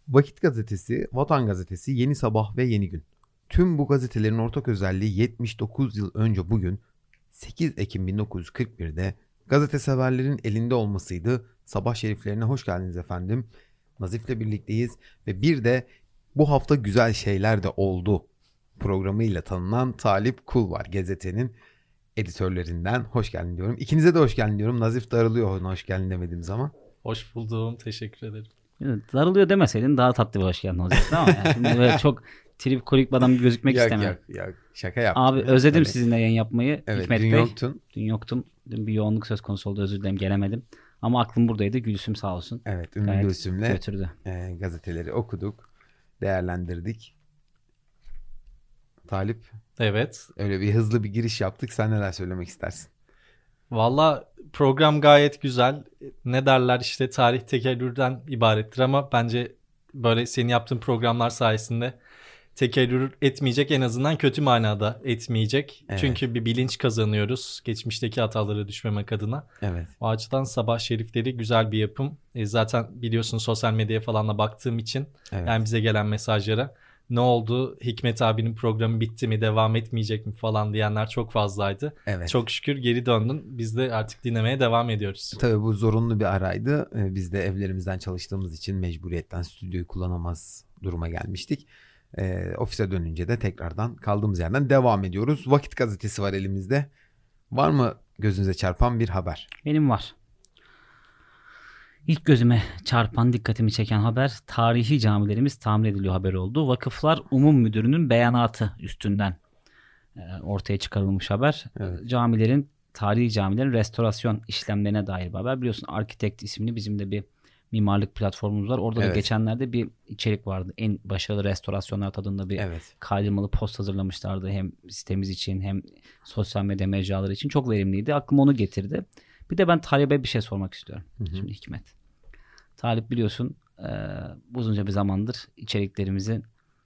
Vakit Gazetesi, Vatan Gazetesi, Yeni Sabah ve Yeni Gün. Tüm bu gazetelerin ortak özelliği 79 yıl önce bugün 8 Ekim 1941'de gazete severlerin elinde olmasıydı. Sabah şeriflerine hoş geldiniz efendim. Nazif'le birlikteyiz ve bir de bu hafta güzel şeyler de oldu programıyla tanınan Talip Kul var, gazetenin editörlerinden. Hoş geldin diyorum. İkinize de hoş geldin diyorum. Nazif darılıyor ona hoş geldin demediğim zaman. Hoş buldum. Teşekkür ederim. Darılıyor demeseydin daha tatlı bir hoş geldin olacaktı ama yani şimdi böyle çok trip kolik bir adam gözükmek istemiyorum. Yok. Şaka yaptım. Abi özledim Öyle. Sizinle yayın yapmayı. Evet, Hikmet dün Bey. yoktun. Dün yoktum. Dün bir yoğunluk söz konusu oldu, özür dilerim, gelemedim. Ama aklım buradaydı. Gülsüm sağ olsun. Evet, Ümmü Gülsüm'le götürdü. Gazeteleri okuduk, değerlendirdik. Talip, Evet. öyle bir hızlı bir giriş yaptık. Sen neler söylemek istersin? Valla program gayet güzel. Ne derler işte, tarih tekerrürden ibarettir ama bence böyle senin yaptığın programlar sayesinde tekerrür etmeyecek, en azından kötü manada etmeyecek. Evet. Çünkü bir bilinç kazanıyoruz geçmişteki hatalara düşmemek adına. Evet. O açıdan sabah şerifleri güzel bir yapım. Zaten biliyorsun sosyal medyaya falan da baktığım için Evet. yani bize gelen mesajlara ne oldu, Hikmet abinin programı bitti mi, devam etmeyecek mi falan diyenler çok fazlaydı. Evet. Çok şükür geri döndün. Biz de artık dinlemeye devam ediyoruz. Tabii bu zorunlu bir araydı. Biz de evlerimizden çalıştığımız için mecburiyetten stüdyoyu kullanamaz duruma gelmiştik. Ofise dönünce de tekrardan kaldığımız yerden devam ediyoruz. Vakit Gazetesi var elimizde. Var mı gözünüze çarpan bir haber? Benim var. İlk gözüme çarpan, dikkatimi çeken haber, tarihi camilerimiz tamir ediliyor haberi oldu. Vakıflar Umum Müdürü'nün beyanatı üstünden ortaya çıkarılmış haber. Evet. Tarihi camilerin restorasyon işlemlerine dair bir haber. Biliyorsun Architect isimli bizim de bir mimarlık platformumuz var. Orada da geçenlerde bir içerik vardı. En başarılı restorasyonlar tadında bir kaydırmalı post hazırlamışlardı. Hem sitemiz için hem sosyal medya mecraları için. Çok verimliydi. Aklıma onu getirdi. Bir de ben Talip'e bir şey sormak istiyorum. Şimdi Hikmet. Talip biliyorsun uzunca bir zamandır içeriklerimizin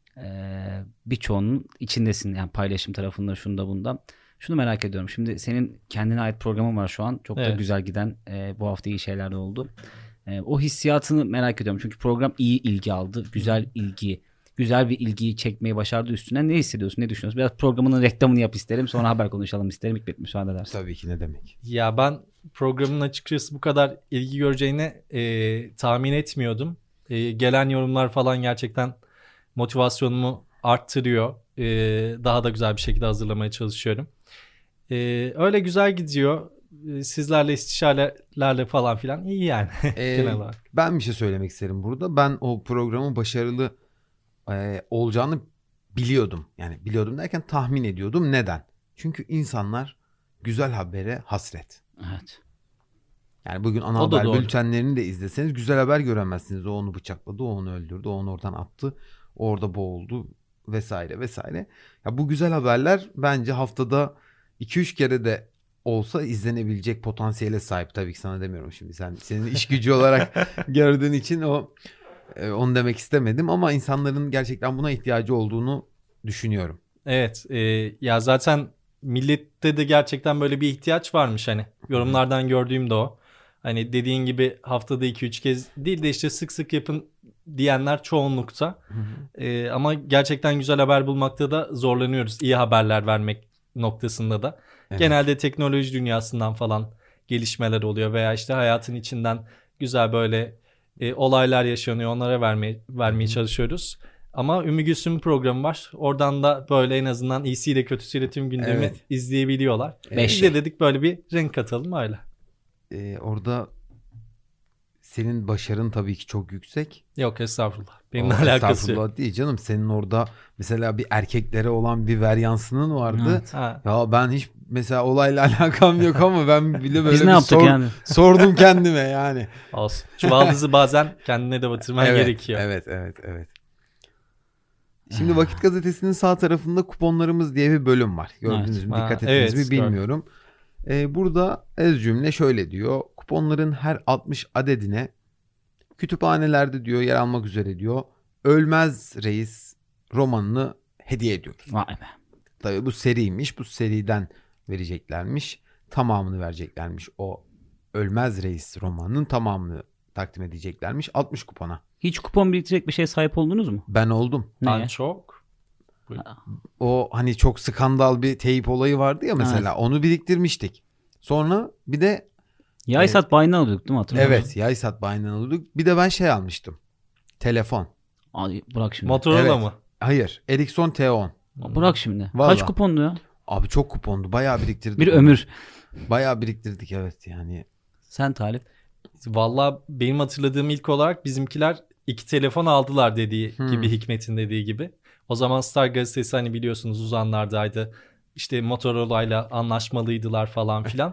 birçoğunun içindesin. Yani paylaşım tarafında, şunda bunda. Şunu merak ediyorum. Şimdi senin kendine ait programın var şu an. Çok da güzel giden. Bu hafta iyi şeyler de oldu. O hissiyatını merak ediyorum. Çünkü program iyi ilgi aldı. Güzel bir ilgiyi çekmeyi başardı üstüne. Ne hissediyorsun? Ne düşünüyorsun? Biraz programının reklamını yap isterim. Sonra haber konuşalım isterim. Hikmet müsaade edersen. Tabii ki, ne demek. Ya ben programın açıkçası bu kadar ilgi göreceğini tahmin etmiyordum. Gelen yorumlar falan gerçekten motivasyonumu arttırıyor. Daha da güzel bir şekilde hazırlamaya çalışıyorum. Öyle güzel gidiyor. Sizlerle istişarelerle falan filan iyi yani. Genel olarak. Ben bir şey söylemek isterim burada. Ben o programın başarılı olacağını biliyordum. Yani biliyordum derken tahmin ediyordum. Neden? Çünkü insanlar güzel habere hasret. Evet. Yani bugün ana haber bültenlerini de izleseniz güzel haber göremezsiniz. O onu bıçakladı, o onu öldürdü, o onu oradan attı, o orada boğuldu vesaire vesaire. Ya bu güzel haberler bence haftada 2-3 kere de olsa izlenebilecek potansiyele sahip. Tabii ki sana demiyorum şimdi. Senin iş gücü olarak gördüğün için onu demek istemedim ama insanların gerçekten buna ihtiyacı olduğunu düşünüyorum. Evet. Ya zaten millette de gerçekten böyle bir ihtiyaç varmış hani. Yorumlardan gördüğüm de o. Hani dediğin gibi haftada 2-3 kez değil de işte sık sık yapın diyenler çoğunlukta. Ama gerçekten güzel haber bulmakta da zorlanıyoruz. İyi haberler vermek noktasında da. Evet. Genelde teknoloji dünyasından falan gelişmeler oluyor veya işte hayatın içinden güzel böyle olaylar yaşanıyor. Onlara vermeye çalışıyoruz. Ama Ümmü Gülsüm'ün programı var. Oradan da böyle en azından iyisiyle kötüsüyle tüm gündemi izleyebiliyorlar. Biz de dedik böyle bir renk katalım öyle. Orada senin başarın tabii ki çok yüksek. Yok estağfurullah. Benimle alakası yok. Estağfurullah değil canım. Senin orada mesela bir erkeklere olan bir varyansının vardı. Evet. Ya ben hiç mesela olayla alakam yok ama ben bile böyle Biz ne yaptık yani? Sordum kendime yani. Olsun. Çuvaldızı bazen kendine de batırman gerekiyor. Evet. Şimdi Vakit Gazetesi'nin sağ tarafında kuponlarımız diye bir bölüm var. Gördünüz mü? Dikkat ettiniz mi bilmiyorum. Burada ez cümle şöyle diyor. Kuponların her 60 adedine kütüphanelerde diyor yer almak üzere diyor Ölmez Reis romanını hediye ediyoruz. Vay be. Tabii bu seriymiş. Bu seriden vereceklermiş. Tamamını vereceklermiş. O Ölmez Reis romanının tamamını takdim edeceklermiş 60 kupona. Hiç kupon biriktirecek bir şeye sahip oldunuz mu? Ben oldum. Ben çok. O hani çok skandal bir teyip olayı vardı ya mesela. Evet. Onu biriktirmiştik. Sonra bir de Yaysat bayinden alıyorduk değil mi, hatırlıyor musun? Evet, Yaysat bayinden alıyorduk. Bir de ben şey almıştım. Telefon. Abi bırak şimdi. Motorola mı? Hayır, Ericsson T10. Bırak şimdi. Vallahi. Kaç kupondu ya? Abi çok kupondu. Bayağı biriktirdik. Bir ömür. Bayağı biriktirdik evet yani. Sen Talip? Valla benim hatırladığım ilk olarak bizimkiler 2 telefon aldılar dediği gibi, Hikmet'in dediği gibi. O zaman Star gazetesi hani biliyorsunuz uzanlardaydı. İşte Motorola'yla anlaşmalıydılar falan filan.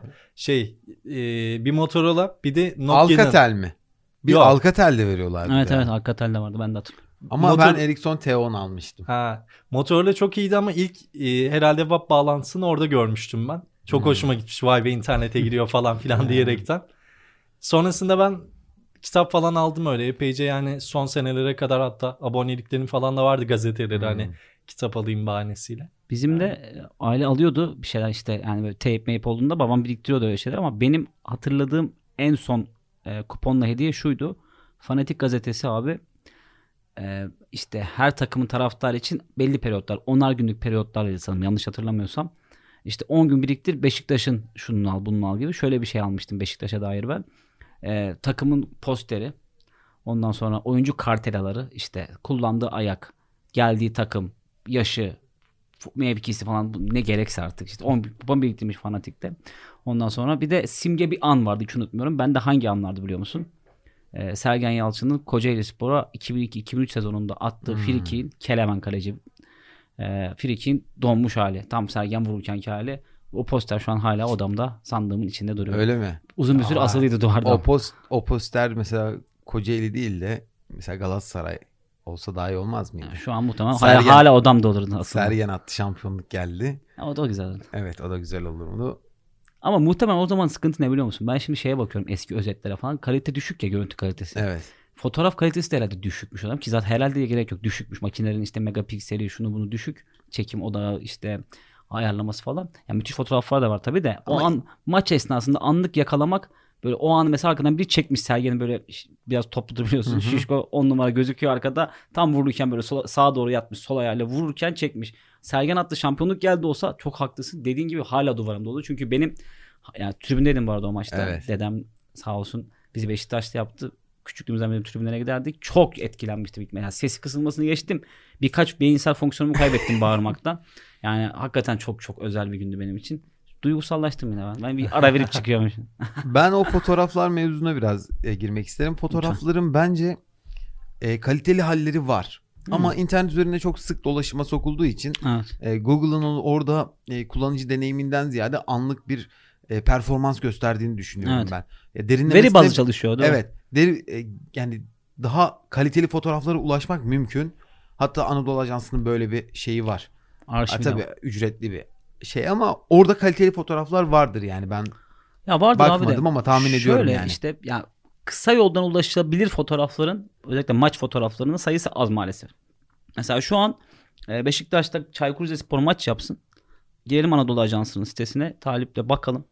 Bir Motorola bir de Nokia'nın. Alcatel mi? Bir Yok. Alcatel'de veriyorlardı. Evet yani. Evet Alcatel'de vardı, ben de hatırlıyorum. Ama ben Ericsson T10 almıştım. Motorola çok iyiydi ama ilk herhalde web bağlantısını orada görmüştüm ben. Çok hoşuma gitmiş. Vay be, internete giriyor falan filan diyerekten. Sonrasında ben kitap falan aldım öyle epeyce, yani son senelere kadar hatta aboneliklerim falan da vardı gazeteleri hani kitap alayım bahanesiyle. Bizim de aile alıyordu bir şeyler işte, yani böyle teyip meyip olduğunda babam biriktiriyordu öyle şeyler, ama benim hatırladığım en son kuponla hediye şuydu. Fanatik gazetesi abi işte her takımın taraftarı için belli periyotlar, 10'ar günlük periyotlarla sanırım, yanlış hatırlamıyorsam. İşte 10 gün biriktir, Beşiktaş'ın şunu al bunu al gibi şöyle bir şey almıştım Beşiktaş'a dair ben. Takımın posteri, ondan sonra oyuncu kartelaları, işte kullandığı ayak, geldiği takım, yaşı, mevkisi falan ne gerekse artık işte 10 kupa biriktirmiş Fanatik'te. Ondan sonra bir de simge bir an vardı, hiç unutmuyorum. Ben de hangi anlardı biliyor musun? Sergen Yalçın'ın Kocaelispor'a 2002-2003 sezonunda attığı frikiğin, Kelemen kaleci frikiğin donmuş hali, tam Sergen vururkenki hali. O poster şu an hala odamda, sandığımın içinde duruyor. Öyle mi? Uzun bir süre asılıydı duvarda. O poster mesela Kocaeli değil de mesela Galatasaray olsa daha iyi olmaz mıydı? Yani şu an muhtemelen hala odamda olurdu aslında. Sergen attı, şampiyonluk geldi. O da güzel olurdu. Evet, o da güzel olurdu. Ama muhtemelen o zaman sıkıntı ne biliyor musun? Ben şimdi şeye bakıyorum, eski özetlere falan. Kalite düşük ya, görüntü kalitesi. Evet. Fotoğraf kalitesi de herhalde düşükmüş adam ki zaten herhalde de gerek yok, düşükmüş. Makinelerin işte megapikseli şunu bunu düşük. Çekim odağı işte ayarlaması falan. Yani müthiş fotoğraflar da var tabii de. Ama o an maç esnasında anlık yakalamak, böyle o an mesela arkadan biri çekmiş, Sergen'in böyle biraz topludur biliyorsun. Şişko 10 numara gözüküyor arkada. Tam vururken böyle sağa doğru yatmış, sol ayağıyla vururken çekmiş. Sergen attı, şampiyonluk geldi olsa çok haklısın. Dediğin gibi hala duvarımda olur. Çünkü benim yani tribündeydim bu arada o maçta. Evet. Dedem sağ olsun bizi Beşiktaş'ta yaptı. Küçüklüğümüzden beri tribünlere giderdik. Çok etkilenmiştim ilk. Yani sesi kısılmasını geçtim. Birkaç beyinsel fonksiyonumu kaybettim bağırmaktan. Yani hakikaten çok çok özel bir gündü benim için. Duygusallaştım yine ben. Ben bir ara verip çıkıyormuşum. Ben o fotoğraflar mevzuna biraz girmek isterim. Fotoğrafların bence kaliteli halleri var. Ama internet üzerinde çok sık dolaşıma sokulduğu için Google'ın orada kullanıcı deneyiminden ziyade anlık bir performans gösterdiğini düşünüyorum ben. Veri bazlı çalışıyor değil mi? Evet. Yani daha kaliteli fotoğraflara ulaşmak mümkün. Hatta Anadolu Ajansı'nın böyle bir şeyi var. Tabii ücretli bir şey ama orada kaliteli fotoğraflar vardır yani, ben bakmadım ama tahmin ediyorum yani. İşte ya kısa yoldan ulaşılabilir fotoğrafların, özellikle maç fotoğraflarının sayısı az maalesef. Mesela şu an Beşiktaş'ta Çaykur Rizespor maç yapsın. Gelelim Anadolu Ajansı'nın sitesine, Talip'le bakalım.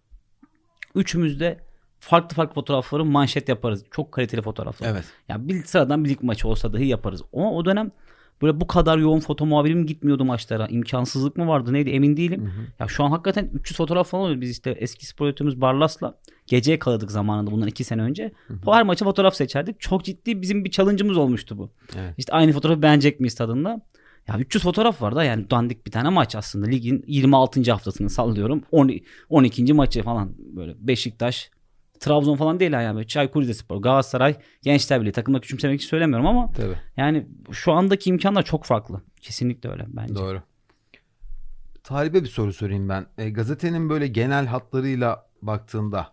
Üçümüz de farklı fotoğrafları manşet yaparız. Çok kaliteli fotoğraflar. Evet. Yani sıradan bir lig maçı olsa dahi yaparız. Ama o dönem böyle bu kadar yoğun foto muhabirim gitmiyordu maçlara. İmkansızlık mı vardı neydi emin değilim. Ya şu an hakikaten 300 fotoğraf falan oluyor. Biz işte eski spor yönetimimiz Barlas'la geceye kaladık zamanında, bundan 2 sene önce. Her maça fotoğraf seçerdik. Çok ciddi bizim bir challenge'ımız olmuştu bu. Evet. İşte aynı fotoğrafı beğenecek miyiz tadında. Ya 300 fotoğraf var da, yani dandik bir tane maç aslında. Ligin 26. haftasını sallıyorum. 12. maçı falan, böyle Beşiktaş, Trabzon falan değil yani. Böyle Çaykur Rizespor, Galatasaray, Gençler Birliği, takımda küçümsemek için söylemiyorum ama tabii. Yani şu andaki imkanlar çok farklı. Kesinlikle öyle bence. Doğru. Talip'e bir soru sorayım ben. Gazetenin böyle genel hatlarıyla baktığında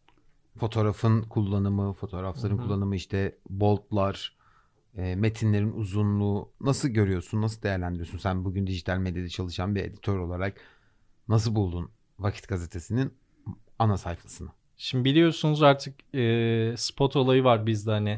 fotoğrafın kullanımı, fotoğrafların kullanımı, işte boldlar, metinlerin uzunluğu nasıl görüyorsun, nasıl değerlendiriyorsun? Sen bugün dijital medyada çalışan bir editör olarak nasıl buldun Vakit Gazetesi'nin ana sayfasını? Şimdi biliyorsunuz artık spot olayı var bizde hani.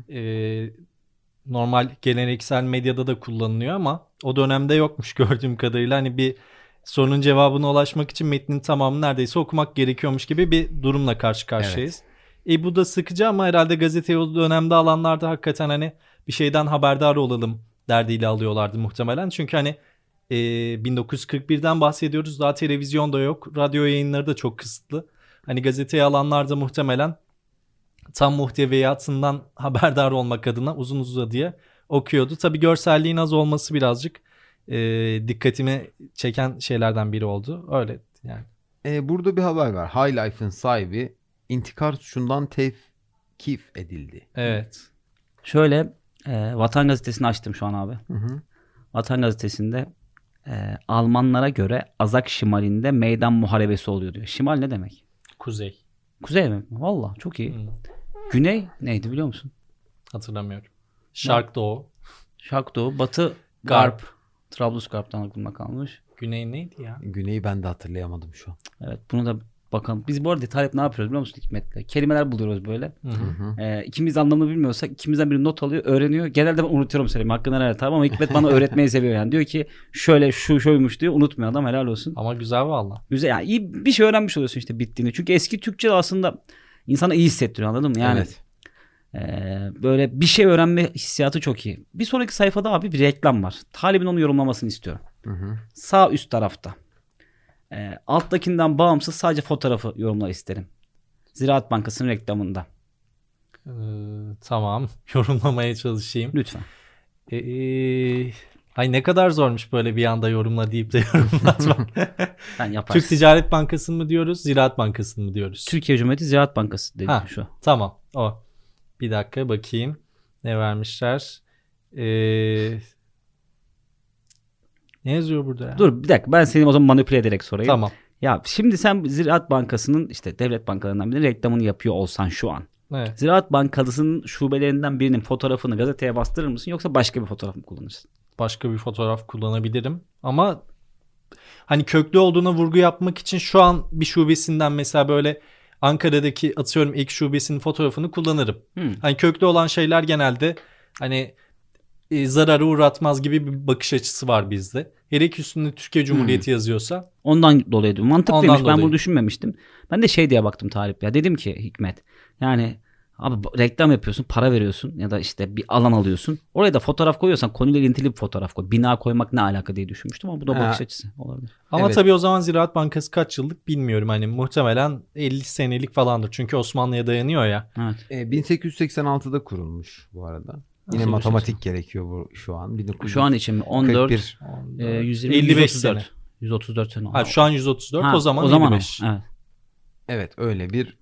Normal geleneksel medyada da kullanılıyor ama o dönemde yokmuş gördüğüm kadarıyla. Hani bir sorunun cevabına ulaşmak için metnin tamamını neredeyse okumak gerekiyormuş gibi bir durumla karşı karşıyayız. Evet. Bu da sıkıcı ama herhalde gazeteyi o dönemde alanlarda hakikaten hani bir şeyden haberdar olalım derdiyle alıyorlardı muhtemelen. Çünkü hani 1941'den bahsediyoruz. Daha televizyon da yok. Radyo yayınları da çok kısıtlı. Hani gazeteyi alanlar da muhtemelen tam muhteviyatından haberdar olmak adına uzun uzadıya okuyordu. Tabii görselliğin az olması birazcık dikkatimi çeken şeylerden biri oldu. Öyle yani. Burada bir haber var. High Life'ın sahibi intikar suçundan tevkif edildi. Evet. Şöyle Vatan Gazetesi'ni açtım şu an abi. Hı. Vatan Gazetesi'nde Almanlara göre Azak Şimal'inde meydan muharebesi oluyor diyor. Şimal ne demek? Kuzey. Kuzey mi? Valla çok iyi. Güney neydi biliyor musun? Hatırlamıyorum. Şark Doğu. Şark Doğu. Batı Garp. Trablusgarp'tan aklımda kalmış. Güney neydi ya? Güney'i ben de hatırlayamadım şu an. Evet bunu da bakalım. Biz bu arada hep ne yapıyoruz biliyor musun Hikmet'le? Kelimeler buluyoruz böyle. İkimiz anlamını bilmiyorsak ikimizden biri not alıyor, öğreniyor. Genelde ben unutuyorum söyleyeyim. Hakkında nerede tabii ama Hikmet bana öğretmeyi seviyor yani. Diyor ki şöyle şuymuş diyor. Unutmuyor adam, helal olsun. Ama güzel valla. Güzel yani, iyi bir şey öğrenmiş oluyorsun işte bittiğini. Çünkü eski Türkçe aslında insana iyi hissettiriyor, anladın mı? Yani evet. Böyle bir şey öğrenme hissiyatı çok iyi. Bir sonraki sayfada abi bir reklam var. Talib'in onu yorumlamasını istiyorum. Sağ üst tarafta. Alttakinden bağımsız sadece fotoğrafı yorumlar isterim. Ziraat Bankası'nın reklamında. Tamam. Yorumlamaya çalışayım. Lütfen. Ay ne kadar zormuş böyle bir anda yorumla deyip de yorumlatmak. Ben yaparsın. Türk Ticaret Bankası'nı mı diyoruz, Ziraat Bankası'nı mı diyoruz? Türkiye Cumhuriyeti Ziraat Bankası dedi şu. Tamam. O. Bir dakika bakayım. Ne vermişler? Ne yazıyor burada ya? Dur bir dakika, ben seni o zaman manipüle ederek sorayım. Tamam. Ya şimdi sen Ziraat Bankası'nın işte devlet bankalarından birinin reklamını yapıyor olsan şu an. Evet. Ziraat Bankası'nın şubelerinden birinin fotoğrafını gazeteye bastırır mısın yoksa başka bir fotoğraf mı kullanırsın? Başka bir fotoğraf kullanabilirim ama hani köklü olduğuna vurgu yapmak için şu an bir şubesinden mesela böyle Ankara'daki atıyorum ilk şubesinin fotoğrafını kullanırım. Hani köklü olan şeyler genelde hani zararı uğratmaz gibi bir bakış açısı var bizde. Hele ki üstünde Türkiye Cumhuriyeti yazıyorsa. Ondan dolayı diyorum. Mantıklıymış. Ondan ben dolayı. bunu düşünmemiştim. Ben de şey diye baktım Talip ya. Dedim ki Hikmet yani abi reklam yapıyorsun, para veriyorsun ya da işte bir alan alıyorsun. Oraya da fotoğraf koyuyorsan konuyla ilintili bir fotoğraf koy. Bina koymak ne alaka diye düşünmüştüm ama bu da bakış açısı olabilir. Ama evet. Tabii o zaman Ziraat Bankası kaç yıllık bilmiyorum. Hani muhtemelen 50 senelik falandır. Çünkü Osmanlı'ya dayanıyor ya. Evet. 1886'da kurulmuş bu arada. Yine matematik gerekiyor bu şu an. Şu an için mi? 14, 120, 55 134. sene. 134 sene. Ha, şu an 134 o zaman 55. Evet. Evet öyle bir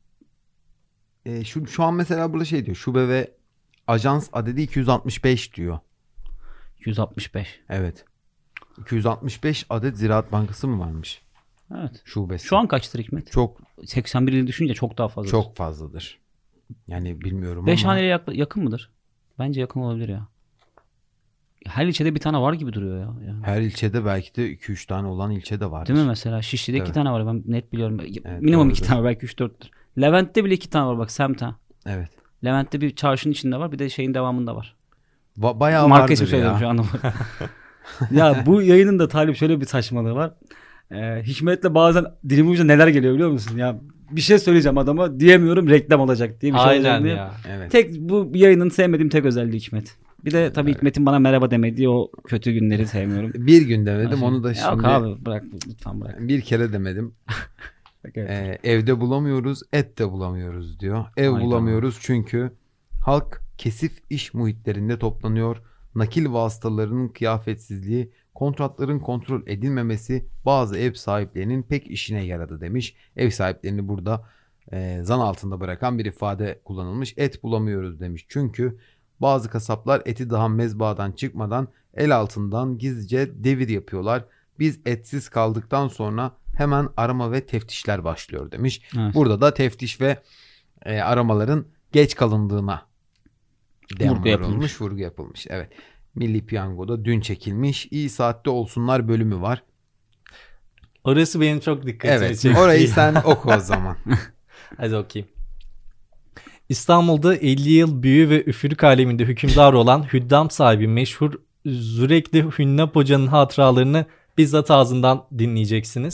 şu an mesela burada şey diyor. Şube ve ajans adedi 265 diyor. 265. Evet. 265 adet Ziraat Bankası mı varmış? Evet. Şubesi. Şu an kaçtır Hikmet? Çok 81 yıl düşünce çok daha fazla. Çok fazladır. Yani bilmiyorum 5 ama. haneye yakın mıdır? Bence yakın olabilir ya. Her ilçede bir tane var gibi duruyor ya. Yani. Her ilçede belki de 2-3 tane olan ilçe de vardır. Değil mi mesela? Şişli'de 2 tane var. Ben net biliyorum. Evet, minimum doğrudur. 2 tane, belki 3-4'tür. Levent'te bile 2 tane var bak, semt ha. Evet. Levent'te bir çarşının içinde var, bir de şeyin devamında var. Bayağı Marka vardır ismi söylüyorum ya. şu anda. Ya bu yayının da Talip şöyle bir saçmalığı var. Hikmet'le bazen dilimin ucuna neler geliyor biliyor musun? Ya bir şey söyleyeceğim adama, diyemiyorum, reklam olacak diye bir şey olacak Aynen diye. ya. Evet. Tek bu yayının sevmediğim tek özelliği Hikmet. Bir de tabii Hikmet'in bana merhaba demediği o kötü günleri sevmiyorum. Bir gün demedim onu da şimdi. Yok abi bırak lütfen bırak. Bir kere demedim. Evet. Evde bulamıyoruz, et de bulamıyoruz diyor. Ev Hayda. bulamıyoruz çünkü halk kesif iş muhitlerinde toplanıyor. Nakil vasıtalarının kıyafetsizliği, kontratların kontrol edilmemesi bazı ev sahiplerinin pek işine yaradı demiş. Ev sahiplerini burada zan altında bırakan bir ifade kullanılmış. Et bulamıyoruz demiş. Çünkü bazı kasaplar eti daha mezbahadan çıkmadan el altından gizlice devir yapıyorlar. Biz etsiz kaldıktan sonra hemen arama ve teftişler başlıyor demiş. Evet. Burada da teftiş ve aramaların geç kalındığına vurgu yapılmış. Evet. Milli Piyango'da dün çekilmiş. İyi saatte olsunlar bölümü var. Orası benim çok dikkatimi Evet. çekti. Orayı sen oku o zaman. Hadi okuyayım. İstanbul'da 50 yıl büyü ve üfürük aleminde hükümdar olan hüddam sahibi meşhur Zürekli Hünnap Hoca'nın hatıralarını bizzat ağzından dinleyeceksiniz.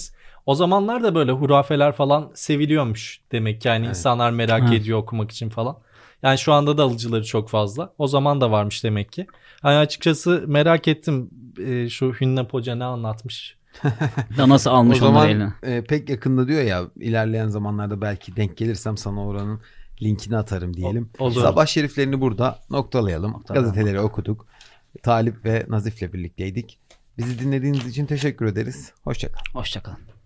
O zamanlar da böyle hurafeler falan seviliyormuş demek ki. Yani Evet. insanlar merak ediyor okumak için falan. Yani şu anda da alıcıları çok fazla. O zaman da varmış demek ki. Yani açıkçası merak ettim şu Hünnep Hoca ne anlatmış. Da nasıl almış onları eline. O zaman pek yakında diyor ya, ilerleyen zamanlarda belki denk gelirsem sana oranın linkini atarım diyelim. Olur. Sabah şeriflerini burada noktalayalım. Gazeteleri okuduk. Talip ve Nazif'le birlikteydik. Bizi dinlediğiniz için teşekkür ederiz. Hoşça kalın. Hoşça kalın.